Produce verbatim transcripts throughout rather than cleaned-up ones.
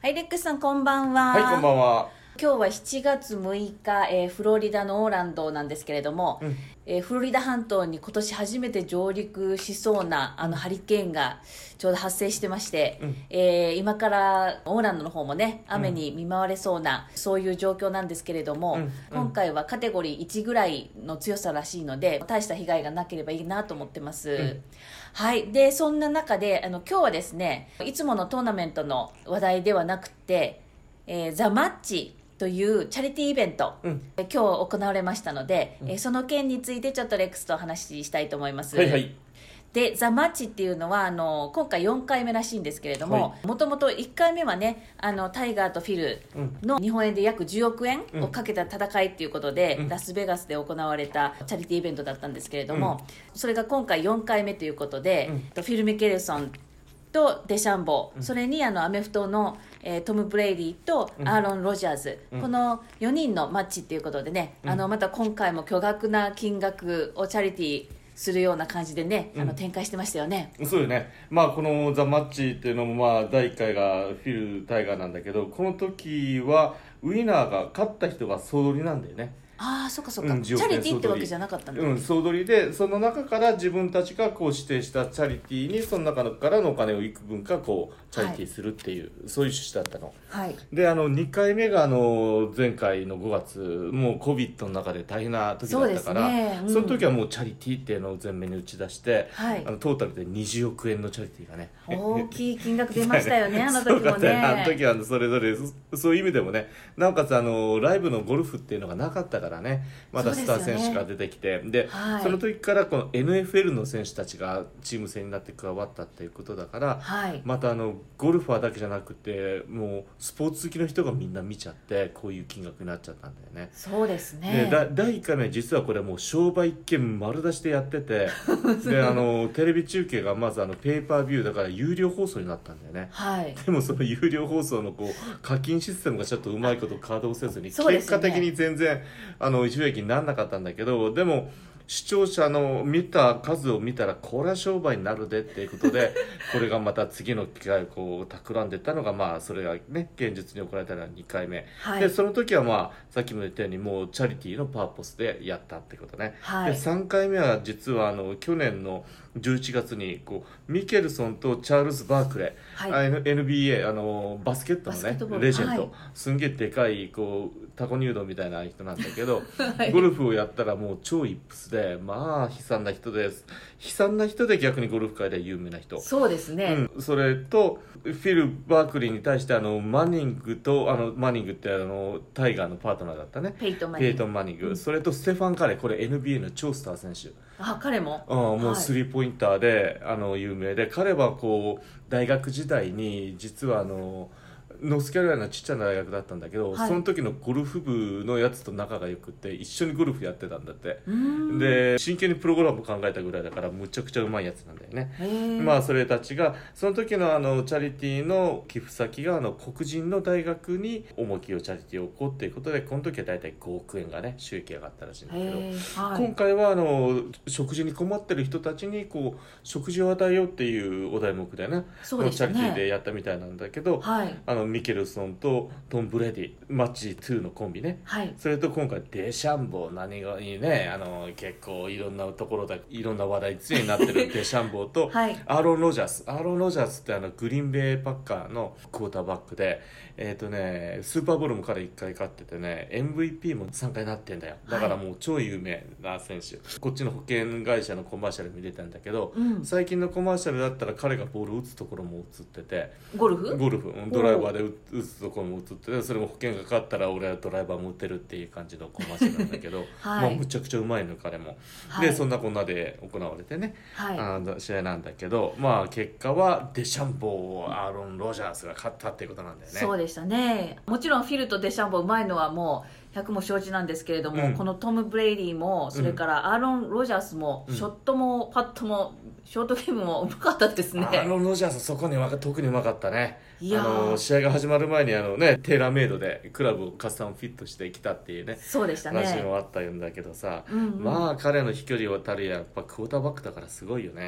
はい、レックスさんこんばんは。 はい、こんばんは。 今日はしちがつむいか、えーフロリダのオーランドなんですけれども、 うんえーフロリダ半島に今年初めて上陸しそうなあのハリケーンがちょうど発生してまして、 うんえー今からオーランドの方もね雨に見舞われそうな、そういう状況なんですけれども、 うんうん今回はカテゴリーいちぐらいの強さらしいので大した被害がなければいいなと思ってます、 んはい。でそんな中であの今日はですね、いつものトーナメントの話題ではなくて、えーザ・マッチというチャリティーイベント、 うんえ今日行われましたので、 うんえーその件についてちょっとレックスとお話ししたいと思います。 はいはい。 でザ・マッチっていうのはあの今回よんかいめらしいんですけれども、もともといっかいめはねあのタイガーとフィルの日本円で約じゅうおくえんをかけた戦いっていうことで、 うんラスベガスで行われたチャリティーイベントだったんですけれども、それが今回よんかいめということで、 うんフィル・ミケルソンとデシャンボ、それにあのアメフトの、えートム・ブレイディとアーロン・ロジャーズ、 うんこのよにんのマッチっていうことでね、 うんあのまた今回も巨額な金額をチャリティーするような感じでね、あの展開してましたよね。 そうよね。まあこのザ・マッチっていうのもまあだいいっかいがフィル・タイガーなんだけど、この時はウィナーが勝った人が総取りなんだよね。 ああそっかそっか、 うんチャリティーってわけじゃなかったんだ、 うん、総取りでその中から自分たちがこう指定したチャリティーにその中からのお金を幾分かこうチャリティーするっていう、そういう趣旨だったの。 はいであのにかいめがあの前回のごがつもう コビッド の中で大変な時だったからそうですねうんその時はもうチャリティーっていうのを前面に打ち出して、 はいあのトータルでにじゅうおくえんのチャリティーがね大きい金額出ましたよねあの時そうかもったねあのね。 時はそれぞれそそういう意味でもね、なおかつあのライブのゴルフっていうのがなかったからね、まだスター選手が出てきて、で、 はいその時からこの エヌエフエル の選手たちがチーム戦になって加わったっていうことだから、 はいまたあのゴルファーだけじゃなくてもうスポーツ好きの人がみんな見ちゃってこういう金額になっちゃったんだよね。 そうですでね。 だだいいっかいめは実はこれもう商売一見丸出しでやっててであのテレビ中継がまずあのペーパービューだから有料放送になったんだよね。 はいでもその有料放送のこう課金システムがちょっとうまいこと稼働せずに、 そうですね結果的に全然あの収益にならなかったんだけど、でも視聴者の見た数を見たらこれは商売になるでっていうことでこれがまた次の機会をこう企んでいったのが、まあそれがね現実に行われたのはにかいめ、 はいでその時はまあさっきも言ったようにもうチャリティーのパーポスでやったってことね、 はいでさんかいめは実はあの去年のじゅういちがつにこうミケルソンとチャールズ・バークレー、 はいあ N- エヌビーエー あのバスケットのねバスケットボールレジェンド、 はいすんげえでかいこうタコ入道みたいな人なんだけど、 はいゴルフをやったらもう超イップスでまあ悲惨な人です悲惨な人で逆にゴルフ界では有名な人。 そうですね、 うん、それとフィル・バークリーに対してあのマニングとあのマニングってあのタイガーのパートナーだったねペイトンマニングペイトン・マニング、それとステファン・カレー、これ エヌビーエー の超スター選手、 あ彼もああもうはいスリーポインターで、あの有名で、彼はこう大学時代に実はあのノースキャロライナのちっちゃな大学だったんだけど、 はいその時のゴルフ部のやつと仲が良くって一緒にゴルフやってたんだって。 うーんで真剣にプログラム考えたぐらいだからむちゃくちゃうまいやつなんだよね。 へーまあそれたちがその時のあのチャリティーの寄付先があの黒人の大学に重きをチャリティーを置こうっていうことで、この時は大体ごおくえんがね収益上がったらしいんだけど、 へーはい今回はあの食事に困ってる人たちにこう食事を与えようっていうお題目でね、 そうでしたねチャリティーでやったみたいなんだけど、 はいあのミケルソンとトム・ブレディマッチにのコンビね、 はいそれと今回デシャンボー、何がいいね、あの結構いろんなところでいろんな話題強になってるデシャンボーと、 はいアーロン・ロジャースアーロン・ロジャースってあのグリーンベイパッカーのクォーターバックで、えーとね、スーパーボールも彼いっかい勝っててね エムブイピー もさんかいなってんだよ。だからもう超有名な選手、こっちの保険会社のコマーシャル見れたんだけど、 うん最近のコマーシャルだったら彼がボールを打つところも映ってて、 ゴルフゴルフうんドライバーで打打つところも映ってて、それも保険がかかったら俺はドライバーも打てるっていう感じのコマーシャルなんだけど、 はいまあ、むちゃくちゃうまいの彼も、 はいでそんなこんなで行われてね、 はいあの試合なんだけど、まあ結果はデシャンボーアーロン・ロジャースが勝ったっていうことなんだよね。 そうでしたね。もちろんフィルとデシャンボーうまいのはもうひゃくも承知なんですけれども、 うんこのトム・ブレイディもそれからアーロン・ロジャースも、 うんショットもパットもショートゲームもうまかったですね。 アーロン・ロジャースそこにわか特にうまかったね。 いやーあの試合が始まる前にあの、ね、テーラーメイドでクラブをカスタムフィットしてきたっていうねそうでしたね。 話もあったんだけどさ、 うんうんまあ彼の飛距離をたるややっぱクォーターバックだからすごいよね。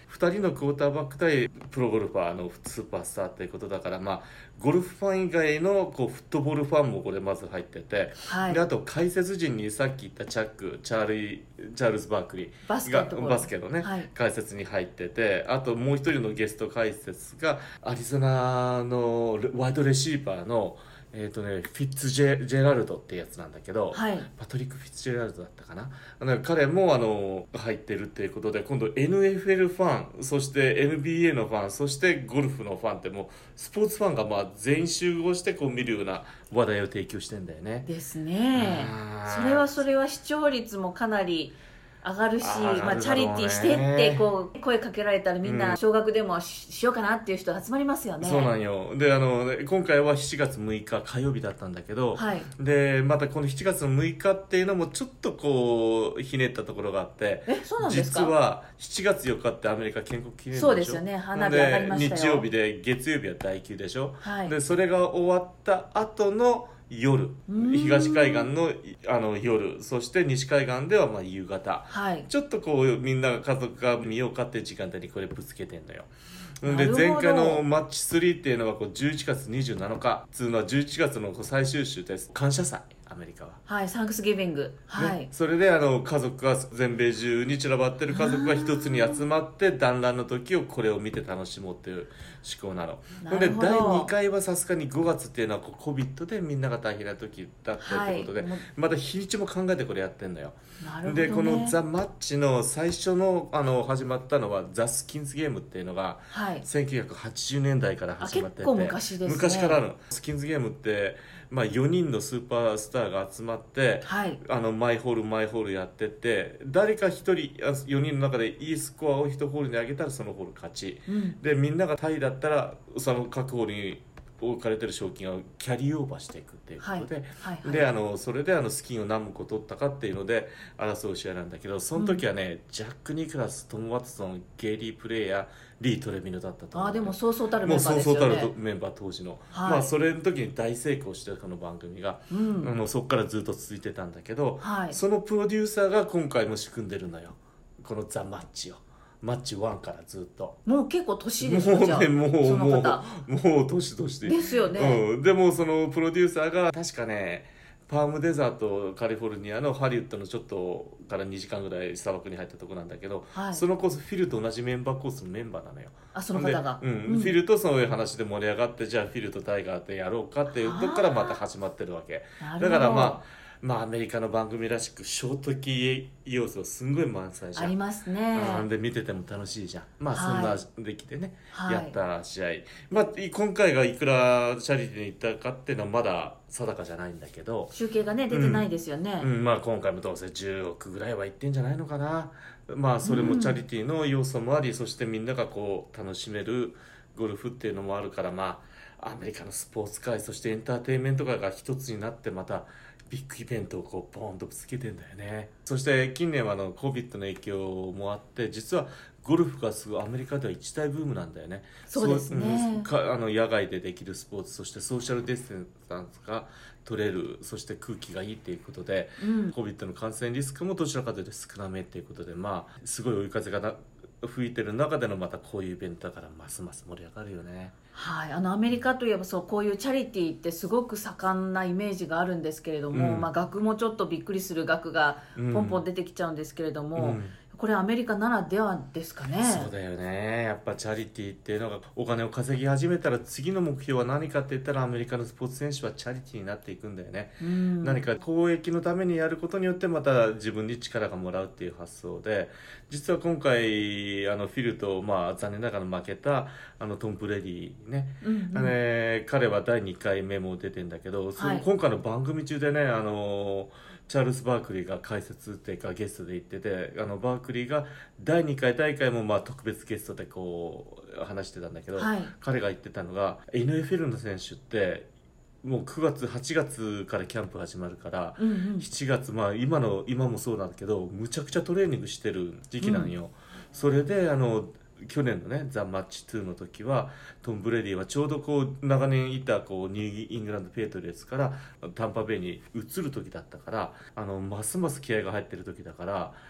ふたりのクォーターバック対プロゴルファーのスーパースターということだから、まあ、ゴルフファン以外のこうフットボールファンもこれまず入ってて、はい、であと解説陣にさっき言ったチャックチャーリーチャールズ・バークリーがバスケのね、はい、解説に入ってて、あともう一人のゲスト解説がアリゾナのワイドレシーバーのえーとね、フィッツジェ・ジェラルドってやつなんだけど、はい、パトリック・フィッツジェラルドだったかな。なんか彼もあの入ってるっていうことで、今度 エヌエフエル ファン、そして エヌビーエー のファン、そしてゴルフのファンってもうスポーツファンがまあ全員集合してこう見るような話題を提供してんだよね。 ですね。それはそれは視聴率もかなり上がるし、まあ、チャリティーしてってこう声かけられたらみんな少額でも し,、うん、しようかなっていう人集まりますよね。 そうなんよ。であの今回はしちがつむいか火曜日だったんだけど、はい、でまたこのしちがつのむいかっていうのもちょっとこうひねったところがあって、 えそうなんですか。 実はしちがつよっかってアメリカ建国記念日でしょ。 そうですよね。花火上がりましたよ。 日曜日で月曜日は第きゅうでしょ、はい、でそれが終わった後の夜、東海岸 の, あの夜、そして西海岸ではまあ夕方、はい、ちょっとこうみんな家族が見ようかっていう時間帯にこれぶつけてんだよ。で前回のマッチスリーっていうのはこうじゅういちがつにじゅうなのかつうのはじゅういちがつの最終週です。感謝祭、アメリカははい、サンクスギビング、はい、ね、それであの家族が全米中に散らばってる家族が一つに集まって団らんの時をこれを見て楽しもうっていう思考なの。でだいにかいはさすがにごがつっていうのはこう コビッド でみんなが大変な時だったってことで、はい、まだ日にちも考えてこれやってんのよ。なるほどね。でこのザ・マッチの最初 の, あの始まったのはザ・スキンズゲームっていうのが、はい、せんきゅうひゃくはちじゅうねんだいから始まってて、 結構昔ですね。 昔からのスキンズゲームって、まあ、よにんのスーパースターが集まって、はい、あのマイホールマイホールやってって誰かひとりよにんの中でいいスコアをいちホールに上げたらそのホール勝ち、うん、でみんながタイだったらその各ホールに置かれてる賞金をキャリーオーバーしていくっていうことで、はいはいはい、であのそれであのスキンを何個取ったかっていうので争う試合なんだけど、その時はね、うん、ジャック・ニクラス、トム・ワトソン、ゲイリー・プレイヤー、リー・トレビノだったと思う。 あでもそうそうたるメンバーですよね。 もうそうそうたるメンバー当時の、はい、まあそれの時に大成功してこの番組が、うん、あのそこからずっと続いてたんだけど、はい、そのプロデューサーが今回も仕組んでるのよ、このザ・マッチを。マッチワンからずっともう結構年ですよ。もうねもうその方もうもう年年でですよね、 うん、でもそのプロデューサーが確かねパームデザートカリフォルニアのハリウッドのちょっとからにじかんぐらい砂漠に入ったとこなんだけど、はい、そのコースフィルと同じメンバーコースのメンバーなのよ。 あその方が、 うんうん、フィルとそういう話で盛り上がって、じゃあフィルとタイガーでやろうかっていうとこからまた始まってるわけだからまあまあ、アメリカの番組らしくショートキー要素すんごい満載じゃん。 ありますね。 で見てても楽しいじゃん。まあそんな出来でね、はい、やった試合、まあ、今回がいくらチャリティーに行ったかっていうのはまだ定かじゃないんだけど、 集計がね出てないですよね、 うんうん、まあ今回もどうせじゅうおくぐらいは行ってんじゃないのかな。まあそれもチャリティーの要素もあり、うん、そしてみんながこう楽しめるゴルフっていうのもあるから、まあアメリカのスポーツ界、そしてエンターテインメント界が一つになってまたビッグイベントをこうボーンとぶつけてんだよね。そして近年はあの コビッド の影響もあって実はゴルフがすごいアメリカでは一大ブームなんだよね。 そうですね。 かあの野外でできるスポーツ、そしてソーシャルディスタンスが取れる、そして空気がいいっていうことで、うん、コビッド の感染リスクもどちらかというと少なめっていうことで、まあすごい追い風がな吹いてる中でのまたこういうイベントだからますます盛り上がるよね。 はい、あのアメリカといえばそうこういうチャリティーってすごく盛んなイメージがあるんですけれども、うん、まあ、額もちょっとびっくりする額がポンポン出てきちゃうんですけれども、うんうん、これアメリカならではですかね。 そうだよね。やっぱチャリティーっていうのがお金を稼ぎ始めたら次の目標は何かって言ったらアメリカのスポーツ選手はチャリティーになっていくんだよね、うん、何か公益のためにやることによってまた自分に力がもらうっていう発想で、実は今回あのフィルと、まあ、残念ながら負けたあのトム・ブレディね、うんうん、あのね彼はだいにかいめも出てんだけど、その今回の番組中でね、あのチャールズ・バークリーが解説っていうかゲストで言ってて、あのバークリーがだいにかい大会もまあ特別ゲストでこう話してたんだけど、はい、彼が言ってたのが エヌエフエル の選手ってもうくがつはちがつからキャンプ始まるから、うんうん、しちがつ、まあ、今の今もそうなんだけどむちゃくちゃトレーニングしてる時期なんよ、うん、それであの去年のねザ・マッチツーの時はトム・ブレディはちょうどこう長年いたこうニューイングランド・ペイトリオッツからタンパベイに移る時だったから、あのますます気合が入ってる時だから、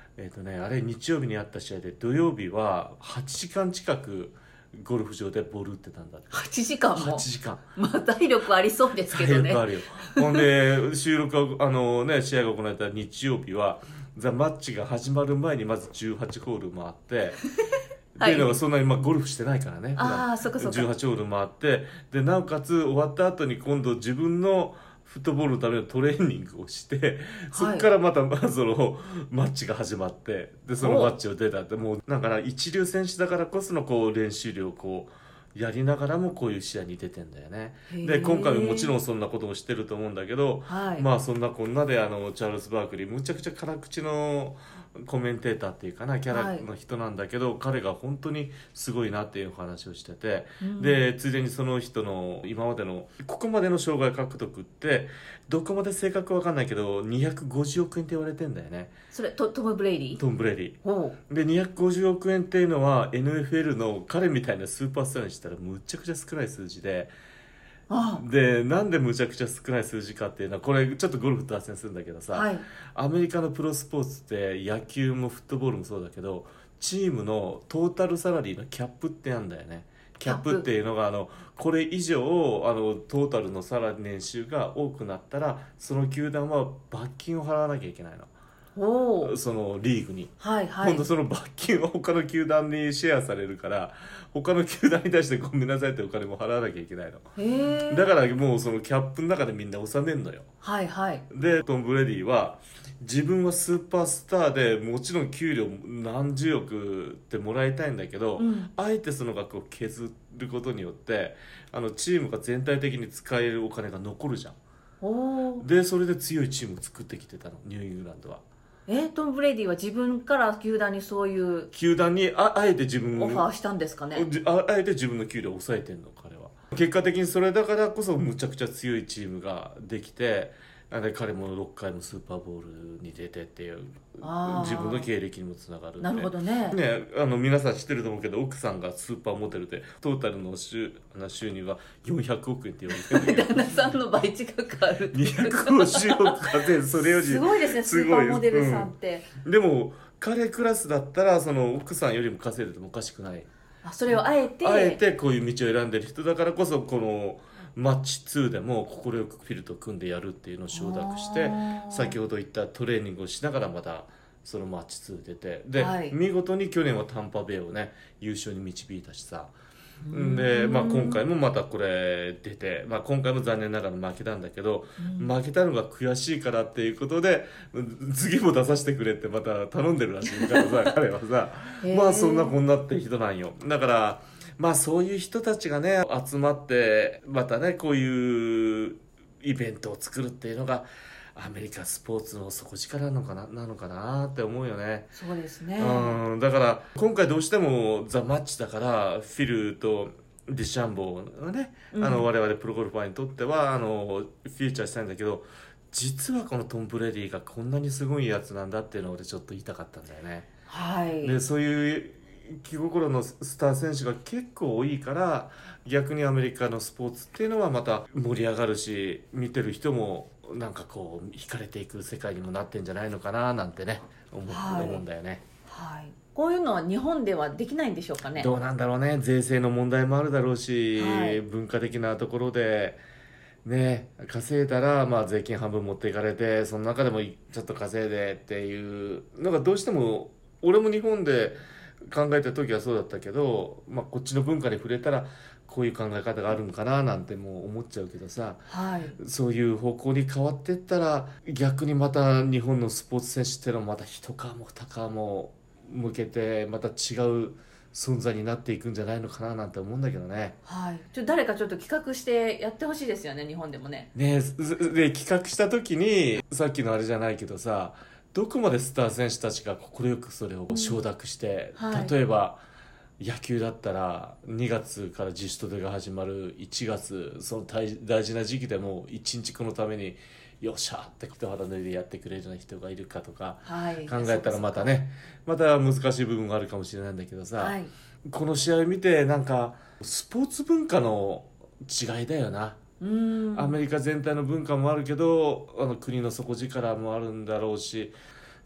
えーとね、あれ日曜日にあった試合で土曜日ははちじかん近くゴルフ場でボール打ってたんだって。 はちじかんもはちじかん。 まあ体力ありそうですけどね。 体力あるよ。ほんで収録があのね試合が行われた日曜日はザ・マッチが始まる前にまずじゅうはちホール回ってはい、 っていうのがそんなにまあゴルフしてないからね。 ああ、そっかそっか。 じゅうはちホール回ってでなおかつ終わった後に今度自分のフットボールのためのトレーニングをして、そこからまたそのマッチが始まってでそのマッチを出たってもうだから一流選手だからこそのこう練習量をこうやりながらもこういう試合に出てんだよね。で今回ももちろんそんなことをしてると思うんだけど、 はい、 まあそんなこんなであのチャールズ・バークリーむちゃくちゃ辛口のコメンテーターっていうかなキャラの人なんだけど、はい、彼が本当にすごいなっていう話をしてて、うん、でついでにその人の今までのここまでの生涯獲得ってどこまで正確か分かんないけどにひゃくごじゅうおくえんって言われてんだよね。 それトトム・ブレイディトム・ブレイディでにひゃくごじゅうおくえんっていうのは エヌエフエル の彼みたいなスーパースターにしたらむちゃくちゃ少ない数字で、ああでなんでむちゃくちゃ少ない数字かっていうのはこれちょっとゴルフと脱線するんだけどさ、はい、アメリカのプロスポーツって野球もフットボールもそうだけどチームのトータルサラリーのキャップってあるんだよね。キャップっていうのがあのこれ以上あのトータルのサラリー年収が多くなったらその球団は罰金を払わなきゃいけないの。おそのリーグに、はいはい、今度その罰金は他の球団にシェアされるから他の球団に対してごめんなさいってお金も払わなきゃいけないの。へだからもうそのキャップの中でみんな納めんのよ。はいはい、でトム・ブレディは自分はスーパースターでもちろん給料何十億ってもらいたいんだけど、うん、あえてその額を削ることによってあのチームが全体的に使えるお金が残るじゃん。おでそれで強いチームを作ってきてたのニューイングランドは。 えトム・ブレイディは自分から球団にそういう球団に あ, あえて自分オファーしたんですかね。 あ, あえて自分の給料を抑えてんの彼は。結果的にそれだからこそむちゃくちゃ強いチームができてで彼もろっかいもスーパーボールに出てっていう自分の経歴にもつながる。 なるほど ね, ねあの皆さん知ってると思うけど奥さんがスーパーモデルでトータルの 収, 収入はよんひゃくおくえんって言われてる旦那さんの倍近くあるにひゃくごじゅうおく稼いそれよりすごいですねスーパーモデルさんって、 うん、でも彼クラスだったらその奥さんよりも稼いでてもおかしくない。 あそれをあえてあえてこういう道を選んでる人だからこそこのマッチツーでも快くフィルと組んでやるっていうのを承諾して先ほど言ったトレーニングをしながらまたそのマッチツー出てで、はい、見事に去年はタンパベイをね優勝に導いたしさで、まあ、今回もまたこれ出て、まあ、今回も残念ながら負けたんだけど、うん、負けたのが悔しいからっていうことで次も出させてくれってまた頼んでるらしいからさ彼はさまあそんなこんなって人なんよ。だからまあそういう人たちがね集まってまたねこういうイベントを作るっていうのがアメリカスポーツの底力なのかななのかなって思うよね。 そうですね、 うん、だから今回どうしてもザ・マッチだからフィルとディシャンボーがね、うん、あの我々プロゴルファーにとってはあのフィーチャーしたいんだけど実はこのトム・ブレディがこんなにすごいやつなんだっていうのを俺ちょっと言いたかったんだよね。はい、でそういう気心のスター選手が結構多いから逆にアメリカのスポーツっていうのはまた盛り上がるし見てる人もなんかこう惹かれていく世界にもなってんじゃないのかななんてね 思,、はい、思うんだよね、 はい、こういうのは日本ではできないんでしょうかね。 どうなんだろうね。税制の問題もあるだろうし、はい、文化的なところでね稼いだらまあ税金半分持っていかれてその中でもちょっと稼いでっていうのがどうしても俺も日本で考えた時はそうだったけど、まあ、こっちの文化に触れたらこういう考え方があるのかななんてもう思っちゃうけどさ、はい、そういう方向に変わっていったら逆にまた日本のスポーツ選手っていうのはまた一皮も二皮も向けてまた違う存在になっていくんじゃないのかななんて思うんだけどね。 はい、ちょ誰かちょっと企画してやってほしいですよね日本でもね。 ねで企画した時にさっきのあれじゃないけどさどこまでスター選手たちが快くそれを承諾して、うんはい、例えば野球だったらにがつから自主トレが始まるいちがつその大, 大事な時期でもいちにちこのためによっしゃって一肌脱いでやってくれるような人がいるかとか考えたらまたねまた難しい部分があるかもしれないんだけどさ、はい、この試合を見てなんかスポーツ文化の違いだよな。うんアメリカ全体の文化もあるけどあの国の底力もあるんだろうし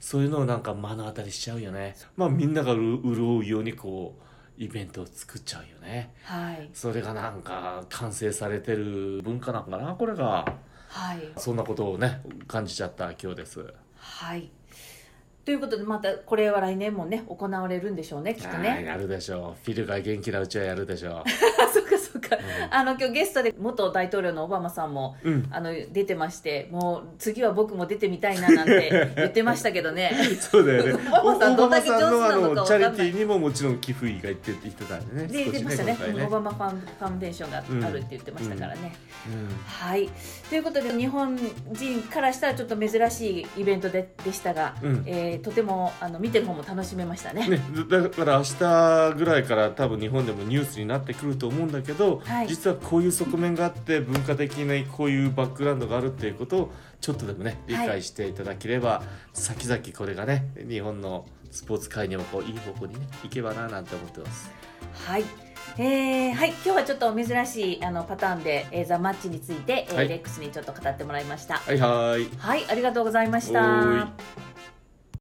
そういうのをなんか目の当たりしちゃうよね。まあみんなが潤うようにこうイベントを作っちゃうよね。 はい、 それがなんか完成されてる文化なんかなこれが。 はい、 そんなことをね感じちゃった今日です。 はい、ということでまたこれは来年もね行われるんでしょうねきっとね。 やるでしょう。フィルが元気なうちはやるでしょう。 そっかそっか、 うん、 あの今日ゲストで元大統領のオバマさんも、うん、あの出てまして、もう次は僕も出てみたいななんて言ってましたけどね。 そうだよね。 オバマさんどんだけ上手なのか分かんない。 チャリティーにももちろん寄付以外って言ってたんでね。 で言ってましたね。 ねオバマファンファンデーションがあるって言ってましたからね。 うんうん、 はい。ということで日本人からしたらちょっと珍しいイベントででしたが、うん、えー、とてもあの見てる方も楽しめましたね。 ね、だから明日ぐらいから多分日本でもニュースになってくると思うんだけど、はい、実はこういう側面があって文化的なこういうバックグラウンドがあるっていうことをちょっとでもね理解していただければ、はい、先々これがね日本のスポーツ界にもこういい方向にねいけばななんて思ってます。 はい、えーはい、今日はちょっと珍しいあのパターンで、えー、ザ・マッチについて、はい、レックスにちょっと語ってもらいました。 はいはい、 はい、ありがとうございました。